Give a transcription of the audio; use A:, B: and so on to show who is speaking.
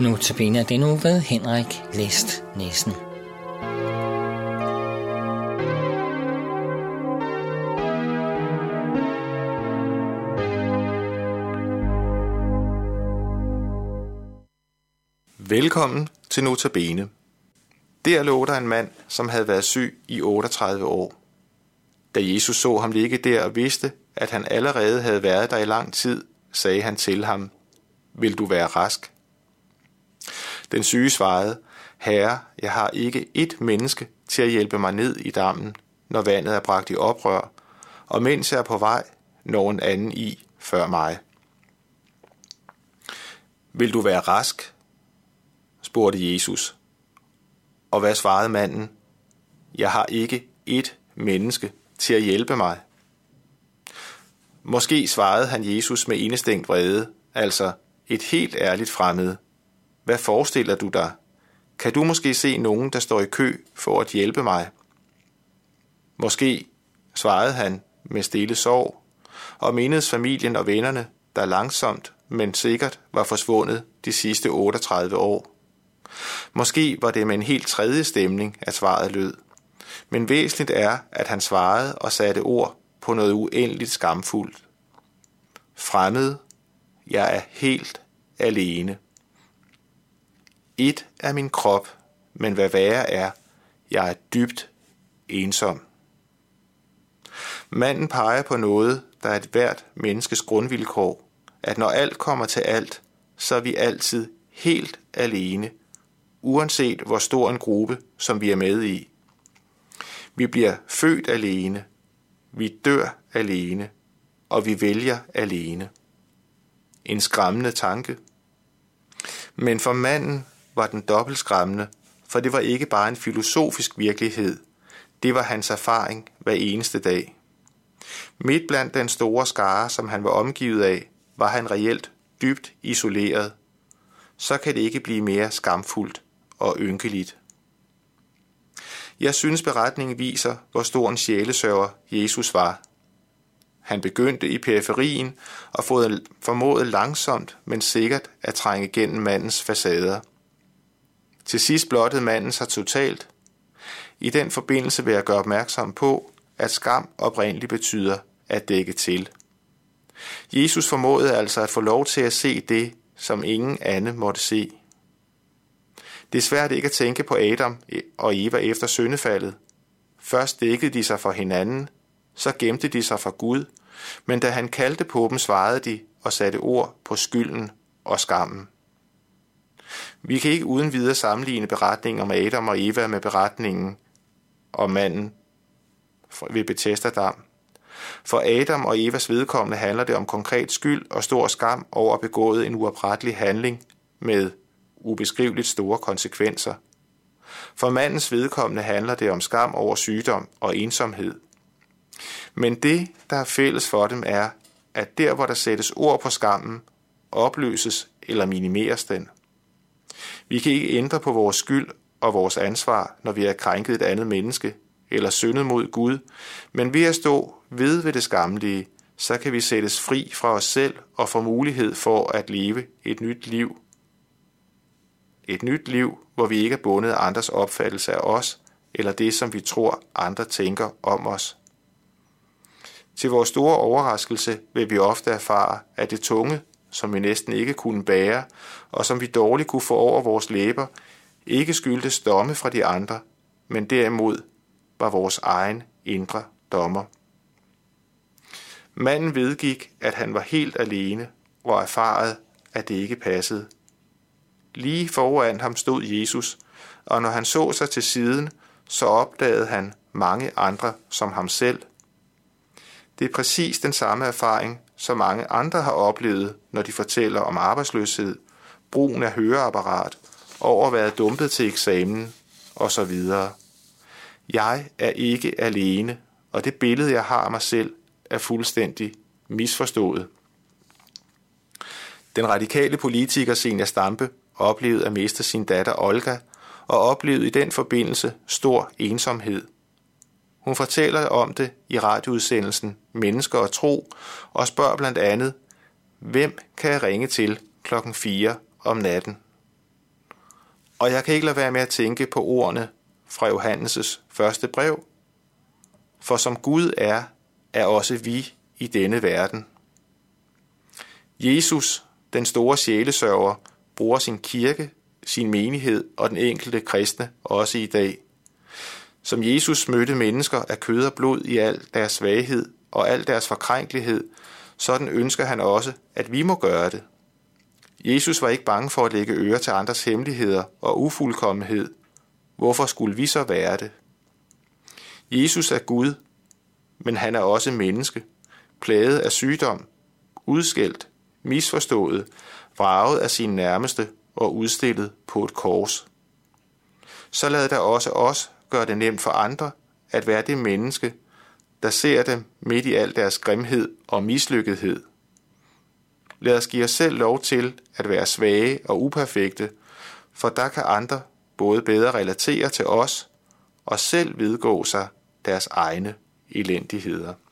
A: Notabene er den uge ved Henrik Læst Nissen.
B: Velkommen til Notabene. Der lå der en mand, som havde været syg i 38 år. Da Jesus så ham ligge der og vidste, at han allerede havde været der i lang tid, sagde han til ham: Vil du være rask? Den syge svarede: Herre, jeg har ikke ét menneske til at hjælpe mig ned i dammen, når vandet er bragt i oprør, og mens jeg er på vej, når en anden i før mig. Vil du være rask? Spurgte Jesus. Og hvad svarede manden? Jeg har ikke ét menneske til at hjælpe mig. Måske svarede han Jesus med indestængt vrede, altså et helt ærligt fremmede. Hvad forestiller du dig? Kan du måske se nogen, der står i kø for at hjælpe mig? Måske, svarede han med stille sorg, og mindedes familien og vennerne, der langsomt, men sikkert var forsvundet de sidste 38 år. Måske var det med en helt tredje stemning, at svaret lød. Men væsentligt er, at han svarede og satte ord på noget uendeligt skamfuldt. Fremmed, jeg er helt alene. Et er min krop, men hvad værre er, jeg er dybt ensom. Manden peger på noget, der er et hvert menneskes grundvilkår, at når alt kommer til alt, så er vi altid helt alene, uanset hvor stor en gruppe, som vi er med i. Vi bliver født alene, vi dør alene, og vi vælger alene. En skræmmende tanke. Men for manden var den dobbelt skræmmende, for det var ikke bare en filosofisk virkelighed, det var hans erfaring hver eneste dag. Midt blandt den store skare, som han var omgivet af, var han reelt dybt isoleret. Så kan det ikke blive mere skamfuldt og ynkeligt. Jeg synes, beretningen viser, hvor stor en sjælesørger Jesus var. Han begyndte i periferien og formåede langsomt, men sikkert at trænge gennem mandens facader. Til sidst blottede manden sig totalt. I den forbindelse vil jeg gøre opmærksom på, at skam oprindeligt betyder at dække til. Jesus formåede altså at få lov til at se det, som ingen anden måtte se. Det er svært ikke at tænke på Adam og Eva efter syndefaldet. Først dækkede de sig for hinanden, så gemte de sig for Gud, men da han kaldte på dem, svarede de og satte ord på skylden og skammen. Vi kan ikke uden videre sammenligne beretningen om Adam og Eva med beretningen om manden ved Betesda-dam. For Adam og Evas vedkommende handler det om konkret skyld og stor skam over at begået en uoprettelig handling med ubeskriveligt store konsekvenser. For mandens vedkommende handler det om skam over sygdom og ensomhed. Men det, der er fælles for dem, er, at der, hvor der sættes ord på skammen, opløses eller minimeres den. Vi kan ikke ændre på vores skyld og vores ansvar, når vi har krænket et andet menneske eller syndet mod Gud, men ved at stå ved det skammelige, så kan vi sættes fri fra os selv og få mulighed for at leve et nyt liv. Et nyt liv, hvor vi ikke er bundet af andres opfattelse af os, eller det, som vi tror, andre tænker om os. Til vores store overraskelse vil vi ofte erfare, at det tunge, som vi næsten ikke kunne bære, og som vi dårligt kunne få over vores læber, ikke skyldtes domme fra de andre, men derimod var vores egen indre dommer. Manden vedgik, at han var helt alene og erfarede, at det ikke passede. Lige foran ham stod Jesus, og når han så sig til siden, så opdagede han mange andre som ham selv. Det er præcis den samme erfaring, som mange andre har oplevet, når de fortæller om arbejdsløshed, brugen af høreapparat, over at være dumpet til eksamen osv. Jeg er ikke alene, og det billede, jeg har af mig selv, er fuldstændig misforstået. Den radikale politiker Zenia Stampe oplevede at miste sin datter Olga, og oplevede i den forbindelse stor ensomhed. Hun fortæller om det i radioudsendelsen Mennesker og Tro, og spørger blandt andet, hvem kan jeg ringe til 4:00 om natten? Og jeg kan ikke lade være med at tænke på ordene fra Johannes' første brev. For som Gud er også vi i denne verden. Jesus, den store sjælesørger, bruger sin kirke, sin menighed og den enkelte kristne også i dag. Som Jesus mødte mennesker af kød og blod i al deres svaghed og al deres forkrænkelighed, sådan ønsker han også, at vi må gøre det. Jesus var ikke bange for at lægge øre til andres hemmeligheder og ufuldkommenhed. Hvorfor skulle vi så være det? Jesus er Gud, men han er også menneske, plaget af sygdom, udskældt, misforstået, vraget af sine nærmeste og udstillet på et kors. Så lad der også os gøre det nemt for andre at være det menneske, der ser dem midt i al deres grimhed og mislykkethed. Lad os give os selv lov til at være svage og uperfekte, for der kan andre både bedre relatere til os og selv vedgå sig deres egne elendigheder.